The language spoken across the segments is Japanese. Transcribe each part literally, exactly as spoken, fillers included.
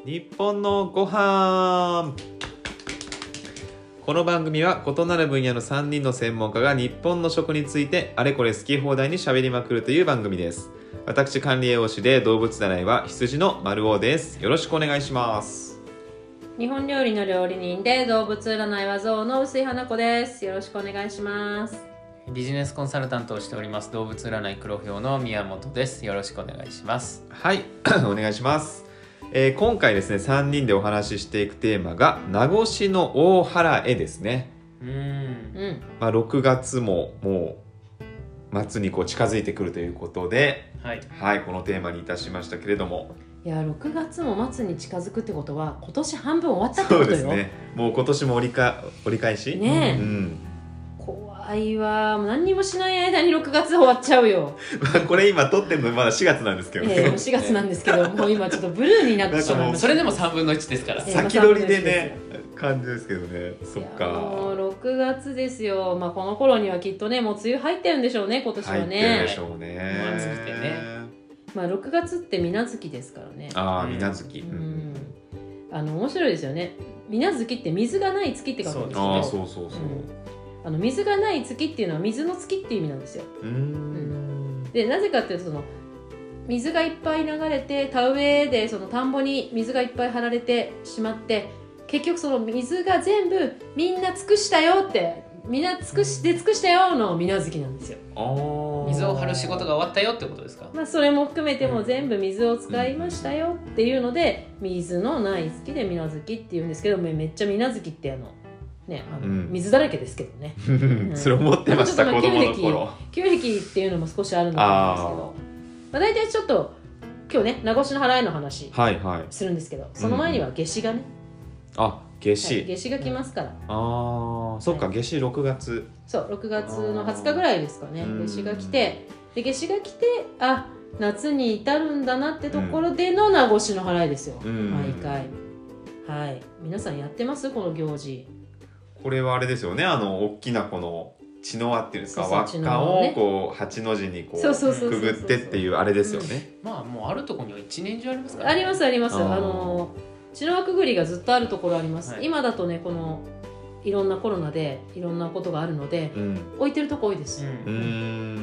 日本のご飯。この番組は異なる分野のさんにんの専門家が日本の食についてあれこれ好き放題に喋りまくるという番組です。私管理栄養士で動物占いは羊の丸尾です。よろしくお願いします。 日本料理の料理人で動物占いは象の薄井花子です。よろしくお願いします。 ビジネスコンサルタントをしております動物占い黒豹の宮本です。よろしくお願いします。 はいお願いします。えー、今回ですねさんにんでお話ししていくテーマが名越の大原絵ですね。 うーん、 まあ、ろくがつももう末にこう近づいてくるということで、 はい、 はい、このテーマにいたしましたけれども、 いやろくがつも末に近づくってことは今年半分終わったってことよ。 そうですね、もう今年も折りか折り返しねえ、 うん、 怖いわ。もう何にもしない間にろくがつ終わっちゃうよこれ今撮ってるのまだしがつなんですけどね、 えー、しがつなんですけどもう今ちょっとブルーになってしまいました。 それでもさんぶんのいちですから、 えー先取りでね感じですけどね。そっか、 もうろくがつですよ。まあこの頃にはきっとねもう梅雨入ってるんでしょうね、今年はね。 入ってるでしょうね、 はい、暑くてね。 まあろくがつって水無月ですからね。 ああ、水無月、 うん、あの面白いですよね。水無月って水がない月って書くんですけど、 ああそうそうそう、 うん、あの水がない月っていうのは水の月っていう意味なんですよ。 うーん、 でなぜかっていうと、その水がいっぱい流れて田植えでその田んぼに水がいっぱい張られてしまって、結局その水が全部みんな尽くしたよって、みんな尽くして尽くしたよの水無月なんですよ。 あ、 水を張る仕事が終わったよってことですか。 まあ、それも含めても全部水を使いましたよっていうので、水のない月で水無月っていうんですけど、めっちゃ水無月ってあのね、あの、うん、水だらけですけどね、うん、 それ思ってました子供の頃。 旧暦っていうのも少しあるのと思うんですけど、まあ、大体ちょっと今日ね名越の払いの話するんですけど、はいはい、その前には夏至がね、 うん、あ夏至、 はい、夏至が来ますから、 ああそっか、はい、夏至ろくがつ、 そうろくがつのはつかぐらいですかね、夏至が来て、で夏至が来て、あ夏に至るんだなってところでの名越の払いですよ、うん、毎回。はい、皆さんやってますこの行事。 これはあれですよね、あの大きなこの茅の輪っていうんですか、輪っかをこう八の字にこうくぐってっていうあれですよね。 まあもうあるところには一年中ありますからね。ありますあります。あの茅の輪くぐりがずっとあるところあります、はい、今だとねこのいろんなコロナでいろんなことがあるので、うん、置いてるとこ多いです、うん、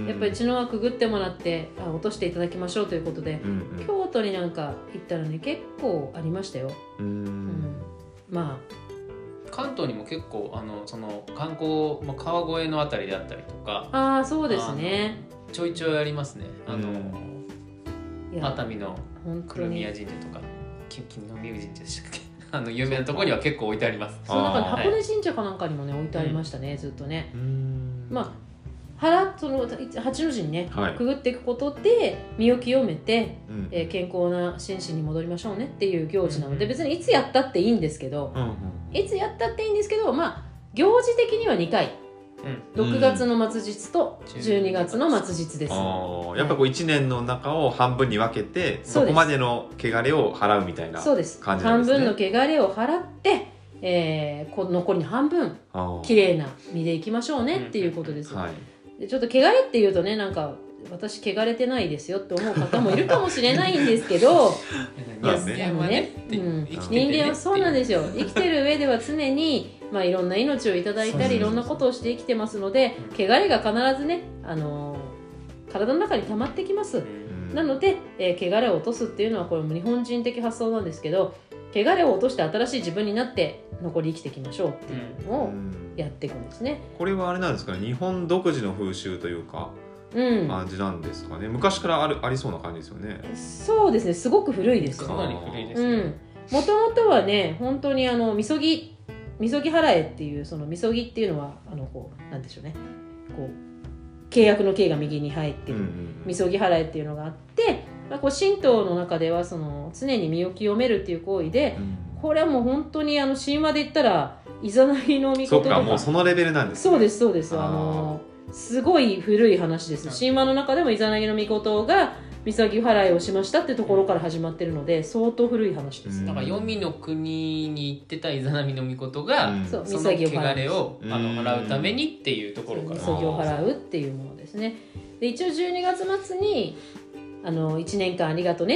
やっぱり茅の輪くぐってもらってあ落としていただきましょうということで、うんうん、京都になんか行ったらね結構ありましたよ。うん、うん、まあ関東にも結構あのその観光、まあ、川越のあたりであったりとか、 ああそうですね、 ちょいちょいありますね。あの、うん、熱海の黒宮神社とか金の宮神社でしたっけあの有名なところには結構置いてあります。 その中で箱根神社かなんかにもね置いてありましたね、うん、ずっとね。まあ腹その八の字にね、はい、くぐっていくことで身を清めて、うん、えー、健康な心身に戻りましょうねっていう行事なので、うん、別にいつやったっていいんですけど、うんうん、いつやったっていいんですけど、まあ行事的にはにかい、うん、ろくがつの末日とじゅうにがつの末日です。 あ、やっぱこういちねんの中を半分に分けて、そこまでの汚れを払うみたいな感じなんですね。そうです。 半分の汚れを払って、えー、こ残りの半分きれいな身でいきましょうねっていうことです、はい。でちょっと汚れっていうとね、なんか私汚れてないですよって思う方もいるかもしれないんですけどまあね、あのね、うん、 人間はそうなんですよ。生きてる上では常に、まあ、いろんな命をいただいたりいろんなことをして生きてますので、汚れが必ずね、あのー、体の中に溜まってきます、うん、なので、えー、汚れを落とすっていうのはこれも日本人的発想なんですけど、汚れを落として新しい自分になって残り生きていきましょうっていうのをやっていくんですね、 うん、これはあれなんですかね、日本独自の風習というか、うん、感じなんですかね。昔からあるありそうな感じですよね。 そうですね、すごく古いですよ。 かなり古いですね。 もともとはね、本当にあのみそぎみそぎ払えっていう、そのみそぎっていうのはあのこうなんでしょうね、こう契約の契が右に入ってる、うんうん、みそぎ払えっていうのがあって、まあ、こう神道の中ではその常に身を清めるっていう行為で、うん、これはもう本当にあの神話で言ったらイザナギの御事とか、 そうか、もうそのレベルなんですね。 そうですそうです。あのすごい古い話です。神話の中でもイザナギの御事がみそぎ払いをしましたってところから始まってるので、相当古い話です。 だから黄泉の国に行ってたイザナギの御事が、うん、その汚れをあの払うためにっていうところから、 みそぎを払うっていうものですね。で一応じゅうにがつ末にあのいちねんかんありがとね、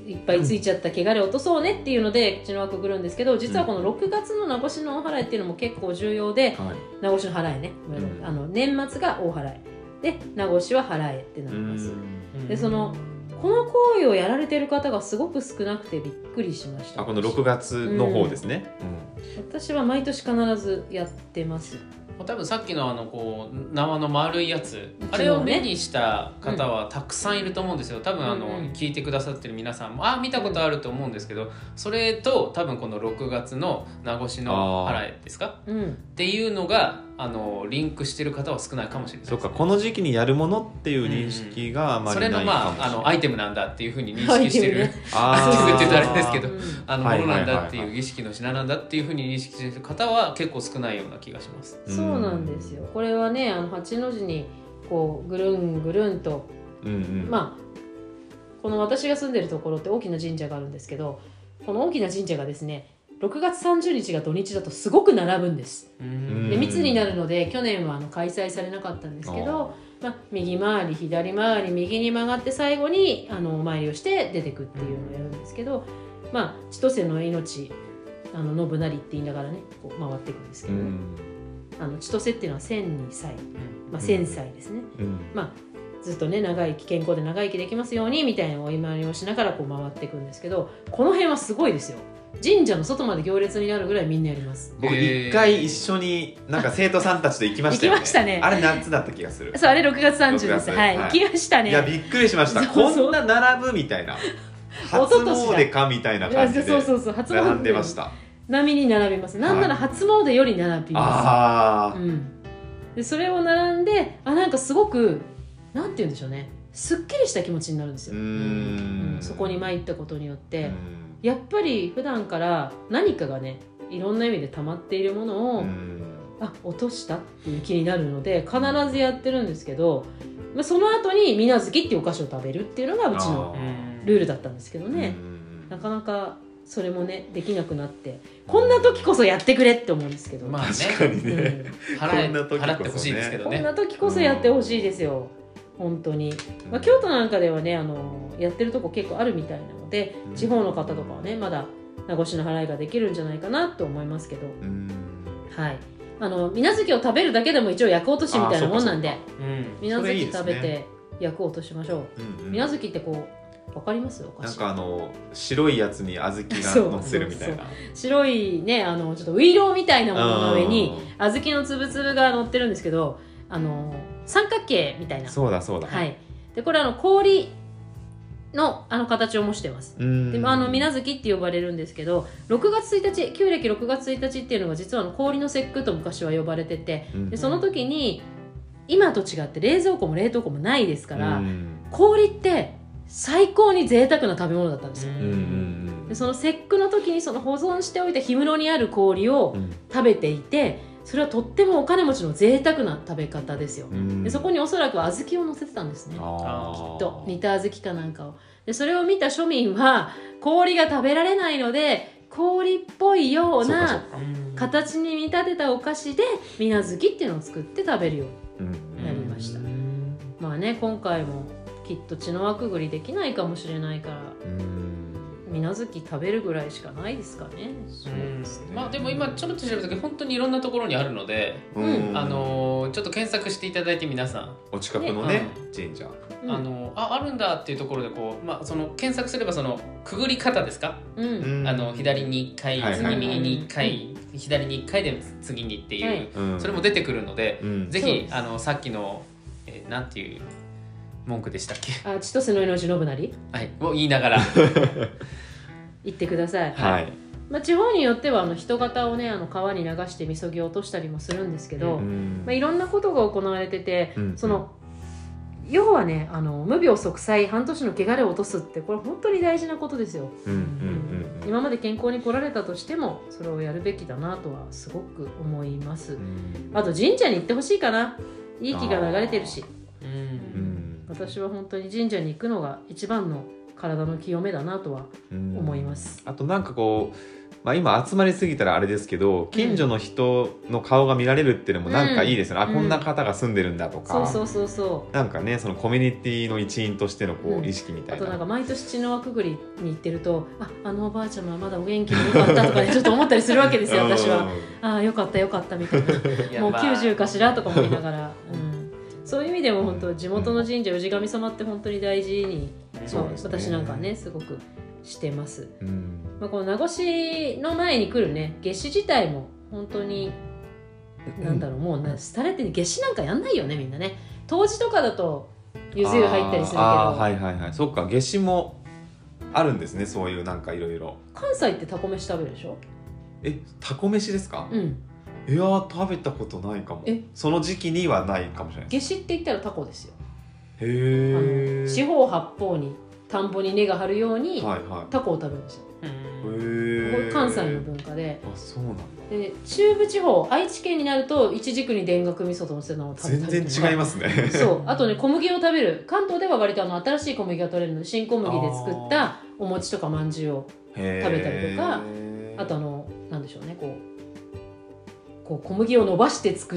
いっぱいついちゃった汚れを落とそうねっていうので血の輪くぐるんですけど、実はこのろくがつの名越の大払いっていうのも結構重要で、はい、名越の払いね、うん、あの年末が大払いで名越は払いってなります。でそのこの行為をやられている方がすごく少なくてびっくりしました。 あ、このろくがつの方ですね、 うんうん、私は毎年必ずやってます。 多分さっきのあのこう縄の丸いやつ、ね、あれを目にした方はたくさんいると思うんですよ。多分あの、うんうん、聞いてくださってる皆さんもあ見たことあると思うんですけど、それと多分このろくがつの名越の払いですか、うん、っていうのがあのリンクしてる方は少ないかもしれないです、ね、 そうか、この時期にやるものっていう認識があまりないかもしれない、うん、それのまああのアイテムなんだっていうふうに認識してる、ね、あ作ってたらあれですけど、うん、あのものなんだっていう儀式の品なんだっていうふうに認識してる方は結構少ないような気がします。 そうなんですよ。これはね、あの八の字にこうぐるんぐるんと、うんうん、まあこの私が住んでるところって大きな神社があるんですけど、この大きな神社がですねろくがつさんじゅうにちが土日だとすごく並ぶんです。で密になるので去年はあの開催されなかったんですけど、まあ、右回り左回り右に曲がって最後にあのお参りをして出てくっていうのをやるんですけど、まあ千歳の命あの信成って言いながらねこう回っていくんですけどね、あの千歳っていうのは千に歳、まあ、千歳ですね、うん、まあずっとね長生き健康で長生きできますようにみたいなお祈りをしながらこう回っていくんですけど、この辺はすごいですよ。神社の外まで行列になるぐらいみんなやります。 僕一回一緒になんか生徒さんたちと行きましたよね。 行きましたね。 あれ夏だった気がする。 そう、あれろくがつさんじゅうです。はい、はい、行きましたね。 いやびっくりしました。こんな並ぶみたいな。初詣かみたいな感じで並んでました。 並みに並びます。なんなら初詣より並びます。ああ、うん。でそれを並んで、あなんかすごくなんて言うんでしょうね。すっきりした気持ちになるんですよ。うん、うん、そこに参ったことによって。やっぱり普段から何かがねいろんな意味で溜まっているものをあ落としたっていう気になるので必ずやってるんですけど、まあ、その後に水無月っていうお菓子を食べるっていうのがうちのルールだったんですけどね、なかなかそれもねできなくなってこんな時こそやってくれって思うんですけど、 まあね、 確かにね、うん、 払, 払ってほしいですけどね、 こんな時こそやってほしいですよ、うん、本当に、まあ、京都なんかではねあのやってるとこ結構あるみたいなので、うん、地方の方とかはねまだ名越の払いができるんじゃないかなと思いますけど、うん、はいあの水無月を食べるだけでも一応厄落としみたいなもんなんで、水無月食べて厄を落としましょう。水無月ってこうわかりますお菓子なんかあの白いやつに小豆が乗ってるみたいなそうそうそう白いねあのちょっとウイローみたいなものの上に小豆のつぶつぶが乗ってるんですけど、あの三角形みたいな、 そうだそうだ、 はい、でこれあの氷のあの形を模してます。でもあの水無月って呼ばれるんですけど、ろくがつついたち旧暦ろくがつついたちっていうのが実はあの氷の節句と昔は呼ばれてて、でその時に今と違って冷蔵庫も冷凍庫もないですから、氷って最高に贅沢な食べ物だったんですよ。でその節句の時にその保存しておいた氷室にある氷を食べていて、それはとってもお金持ちの贅沢な食べ方ですよ。でそこにおそらく小豆を乗せてたんですね、きっと煮た小豆かなんかを。でそれを見た庶民は氷が食べられないので氷っぽいような形に見立てたお菓子で水無月っていうのを作って食べるようになりました。まあね今回もきっと血の輪くぐりできないかもしれないから水無月食べるぐらいしかないですかね。 そうですね。まあでも今ちょろっと調べたけど本当にいろんなところにあるので、うん、あのちょっと検索していただいて皆さんお近くのね、ね神社、 あのああるんだっていうところでこう、まあ、その検索すればそのくぐり方ですか、うん、あの左にいっかい次右にいっかい、うん、左にいっかいで次にっていう、はい、それも出てくるので、うん、ぜひあのさっきの、えー、なんていう文句でしたっけ、 あ千歳の命信成、 はい、を言いながら言ってください。 はい、 まあ、地方によってはあの人型をねあの川に流してみそぎを落としたりもするんですけど、まあ、いろんなことが行われてて、うん、その要はねあの無病息災半年の汚れを落とすってこれ本当に大事なことですよ。今まで健康に来られたとしてもそれをやるべきだなとはすごく思います。あと神社に行ってほしいかな、いい気が流れてるし、うん、 私は本当に神社に行くのが一番の体の清めだなとは思います。 あとなんかこう、まあ、今集まりすぎたらあれですけど、近所の人の顔が見られるっていうのもなんかいいですよね、うん、あ、こんな方が住んでるんだとか、 うん、そうそうそうそうなんかね、そのコミュニティの一員としてのこう、うん、意識みたいな。 あとなんか毎年血の輪くぐりに行ってると、あ、あのおばあちゃまはまだお元気でよかったとかねちょっと思ったりするわけですよ私は。ああよかったよかったみたいなもうきゅうじゅうかしらとか思いながら、うん、そういう意味でも本当地元の神社、氏神様って本当に大事に、うんまあ、私なんかねすごくしてます、うんまあ、この名越の前に来るね夏至自体も本当になんだろう、もうな廃れて夏至なんかやんないよねみんなね。冬至とかだとゆず湯入ったりするけど、 ああはいはいはい、そっか、夏至もあるんですね、そういうなんかいろいろ。 関西ってタコ飯食べるでしょ。 え、タコ飯ですか。 うん、 いやー食べたことないかも。え、その時期にはないかもしれないです。夏至って言ったらタコですよ。 へえ。 四方八方に田んぼに根が張るように、はいはい、タコを食べるんですよ。へこれ関西の文化で。 あ、そうなんだ。 で中部地方、愛知県になるといちじくに田楽味噌とのせのを食べたりとか。 全然違いますね。 そうあとね、小麦を食べる。関東では割とあの新しい小麦が取れるので、新小麦で作ったお餅とかまんじゅうを食べたりとか、あとあのなんでしょうね、こうこう小麦を伸ばして作った、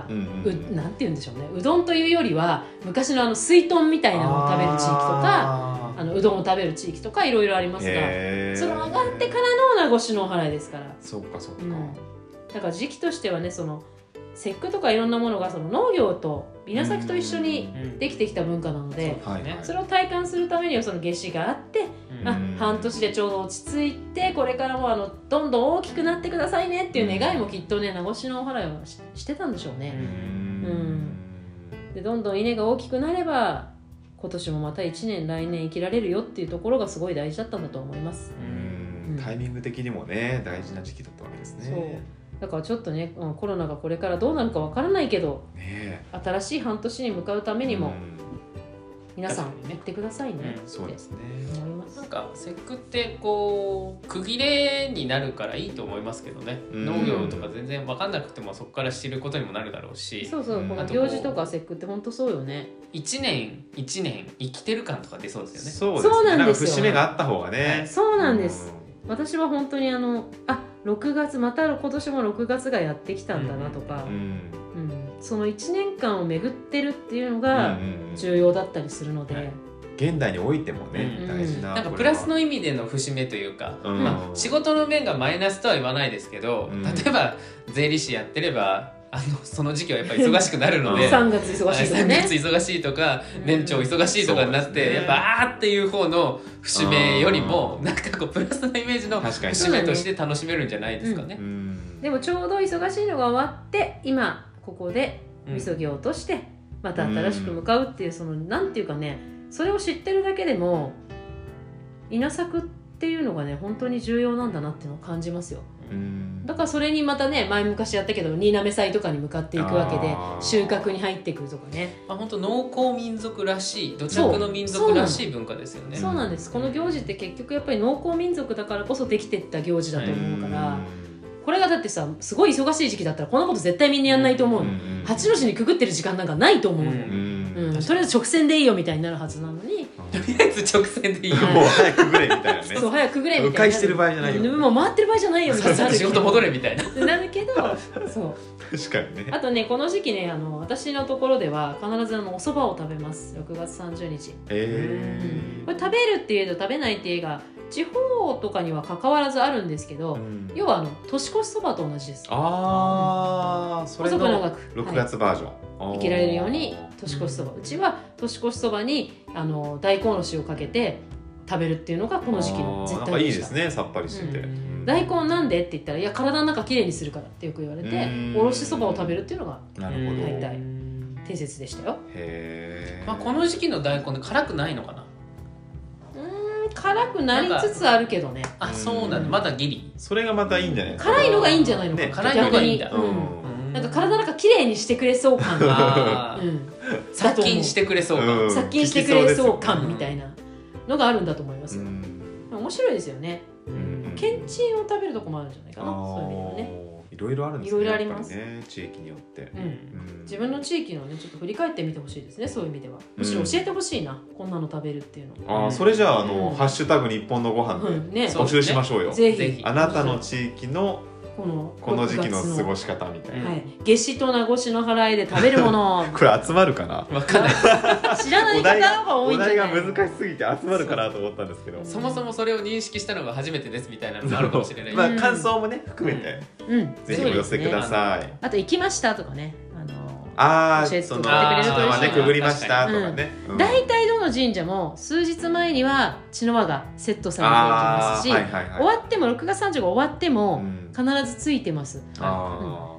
うんうん、なんて言うんでしょうね、うどんというよりは昔のあの水豚みたいなのを食べる地域とか、あのうどんを食べる地域とかいろいろありますが、その上がってからの名越のお祓いですから。 そうかそうか、うん、 だから時期としてはね、その節句とかいろんなものがその農業と稲作と一緒にできてきた文化なので、うんうん、それを体感するためにはその夏至があって、うん、あ半年でちょうど落ち着いて、これからもあのどんどん大きくなってくださいねっていう願いもきっとね、名越のお祓いを し, してたんでしょうね。うん、うん、でどんどん稲が大きくなれば今年もまたいちねん来年生きられるよっていうところがすごい大事だったんだと思います。 うん、タイミング的にもね大事な時期だったわけですね。 そうだからちょっとね、コロナがこれからどうなるかわからないけど、 ね、 新しい半年に向かうためにも、うん、皆さんやってくださいね、 うん、そうですね。 思います。 なんか節句ってこう区切れになるからいいと思いますけどね、うん、農業とか全然分かんなくてもそこから知ることにもなるだろうし、 そうそう、この行事とか節句って本当そうよね。 一年一年生きてる感とか出そうですよね。 そうですね、そうなんですよ。なんか節目があった方がね。 そうなんです、うん、私は本当にあのあろくがつ、また今年もろくがつがやってきたんだなとか、うんうん、そのいちねんかんを巡ってるっていうのが重要だったりするので、うんうんうん、 現代においてもね、うん、大事な、 なんかプラスの意味での節目というか、うんまあ、仕事の面がマイナスとは言わないですけど、うん、例えば税理士やってればあのその時期はやっぱり忙しくなるのでさんがつ忙しいとかね、 さんがつ忙しいとか、うん、年長忙しいとかになって、ね、やっぱあーっていう方の節目よりもなんかこうプラスのイメージの節目として楽しめるんじゃないですかね、うん、 でもちょうど忙しいのが終わって今ここでみそぎを落としてまた新しく向かうっていう、そのなんていうかね、それを知ってるだけでも稲作っていうのがね本当に重要なんだなっていうのを感じますよ。うんだからそれにまたね、前昔やったけど新滑祭とかに向かっていくわけで収穫に入ってくるとかね、 まあ、本当農耕民族らしい土着の民族らしい文化ですよね。 そうなんです。この行事って結局やっぱり農耕民族だからこそできてった行事だと思うから、これがだってさすごい忙しい時期だったらこんなこと絶対みんなやんないと思うの。八の字にくぐってる時間なんかないと思うの、うんうん、とりあえず直線でいいよみたいになるはずなのに、 とりあえず直線でいいよ、 もう早くくぐれみたいなねそう早くくぐれみたいな、 迂回してる場合じゃないよ、 もう回ってる場合じゃないよみたいな、 仕事戻れみたいななるけどそう確かにね。あとね、この時期ね、あの私のところでは必ずあのお蕎麦を食べます。ろくがつさんじゅうにち。へえ、うん、これ食べるっていうと食べないっていうが地方とかには関わらずあるんですけど、うん、要はあの年越しそばと同じです。 ああ、それのろくがつバージョン、 はい、生きられるように年越しそば、うちは年越しそばにあの大根おろしをかけて食べるっていうのがこの時期の絶対でした。 なんかいいですね、さっぱりしてて、うん、 大根なんでって言ったら、いや体の中きれいにするからってよく言われて、おろしそばを食べるっていうのが大体定説でしたよ。 へえ、まあ、この時期の大根で辛くないのかな。 辛くなりつつあるけどね。 あ、そうなんだ、まだギリ。 それがまたいいんじゃないですか。 辛いのがいいんじゃないのか、 ね、辛いのがいいんだ、 うん、なんか体なんか綺麗にしてくれそう感が、うん、 殺菌してくれそう感、 殺菌してくれそう感みたいなのがあるんだと思いますよ。面白いですよね。けんちんを食べるとこもあるんじゃないかな、そういう意味ではね。 いろいろあるんですね。 いろいろありますやっぱりね、地域によって、 うんうん、 自分の地域のねちょっと振り返ってみてほしいですね。そういう意味ではむしろ教えてほしいな、うん、こんなの食べるっていうの。 あ、それじゃあ、あの、 うん、 ハッシュタグ日本のご飯で募集しましょうよ、うんね、 ぜひあなたの地域のこのこの時期の過ごし方みたいな、 はい、夏至と名越の払いで食べるものこれ集まるかな、 わかんない知らない方が多いんじゃない。 お題が難しすぎて集まるかなと思ったんですけど、 そもそもそれを認識したのが初めてですみたいなのがあるかもしれない、 まあ、感想もね含めて、 うんうん、 ぜひお寄せください、 ね、あと行きましたとかね、あのあ教えてくれると嬉しいね、くぐりましたとかね、 大体、うん、どの神社も数日前には血の輪がセットされていきますし、はいはいはい、終わってもろくがつさんじゅうご終わっても必ずついてます、うん、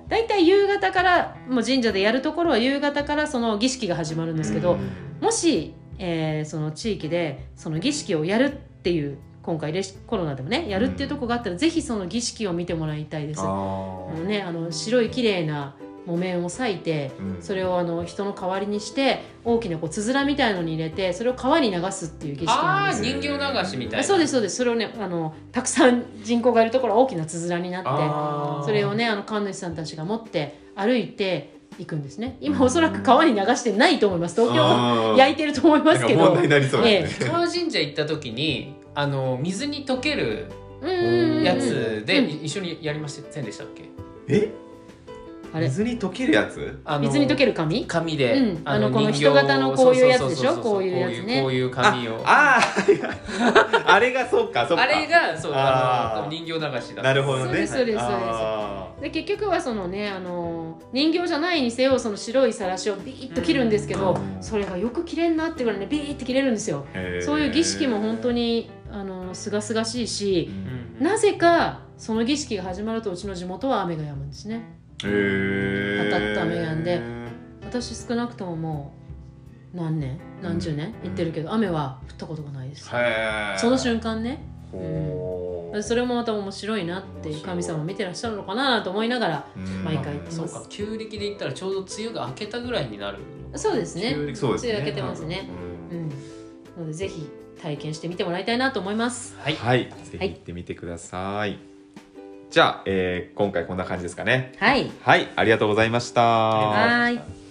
大体夕方からもう神社でやるところは夕方からその儀式が始まるんですけど、うん、もし、えー、その地域でその儀式をやるっていう今回コロナでもねやるっていうところがあったら、うん、ぜひその儀式を見てもらいたいです。あの、ね、あの白い綺麗な木綿を裂いて、うん、それをあの人の代わりにして大きなこうつづらみたいのに入れてそれを川に流すっていう儀式なんです。 あ人形流しみたいな。 そうですそうです。それをねあのたくさん人口がいるところは大きなつづらになってそれをねあの神主さんたちが持って歩いていくんですね。今おそらく川に流してないと思います。東京焼いてると思いますけど。 問題になりそうですね。 川神社行った時にあの水に溶けるやつで一緒にやりませんでしたっけ？ え？水に溶けるやつ？ 水に溶ける紙？ 紙で、 うん、あのこの人型のこういうやつでしょ？こういうやつね。 こういう紙を。 ああ、あれがそうかそうか。 あれがそうあの人形流しだ。 なるほどね。 そうですそうですそうです。で結局はそのねあの人形じゃないにせよその白いさらしをビーッと切るんですけど、うん、それがよく切れんなっていうぐらいねビーッと切れるんですよ。そういう儀式も本当にあの清々しいし、うん、なぜかその儀式が始まるとうちの地元は雨が止むんですね。 へー、 パタッと雨やんで、私少なくとももう何年何十年行ってるけど、うん、雨は降ったことがないです。その瞬間ね、うん、それもまた面白いなって神様見てらっしゃるのかなと思いながら毎回行ってます。 そうか、旧暦で言ったらちょうど梅雨が明けたぐらいになる。 そうですね、 梅雨明けてますね、うん、なのでぜひ体験してみてもらいたいなと思います。 はい、はい、ぜひ行ってみてください、はい。じゃあ、えー、今回こんな感じですかね。 はい、 はい、ありがとうございました。 はい。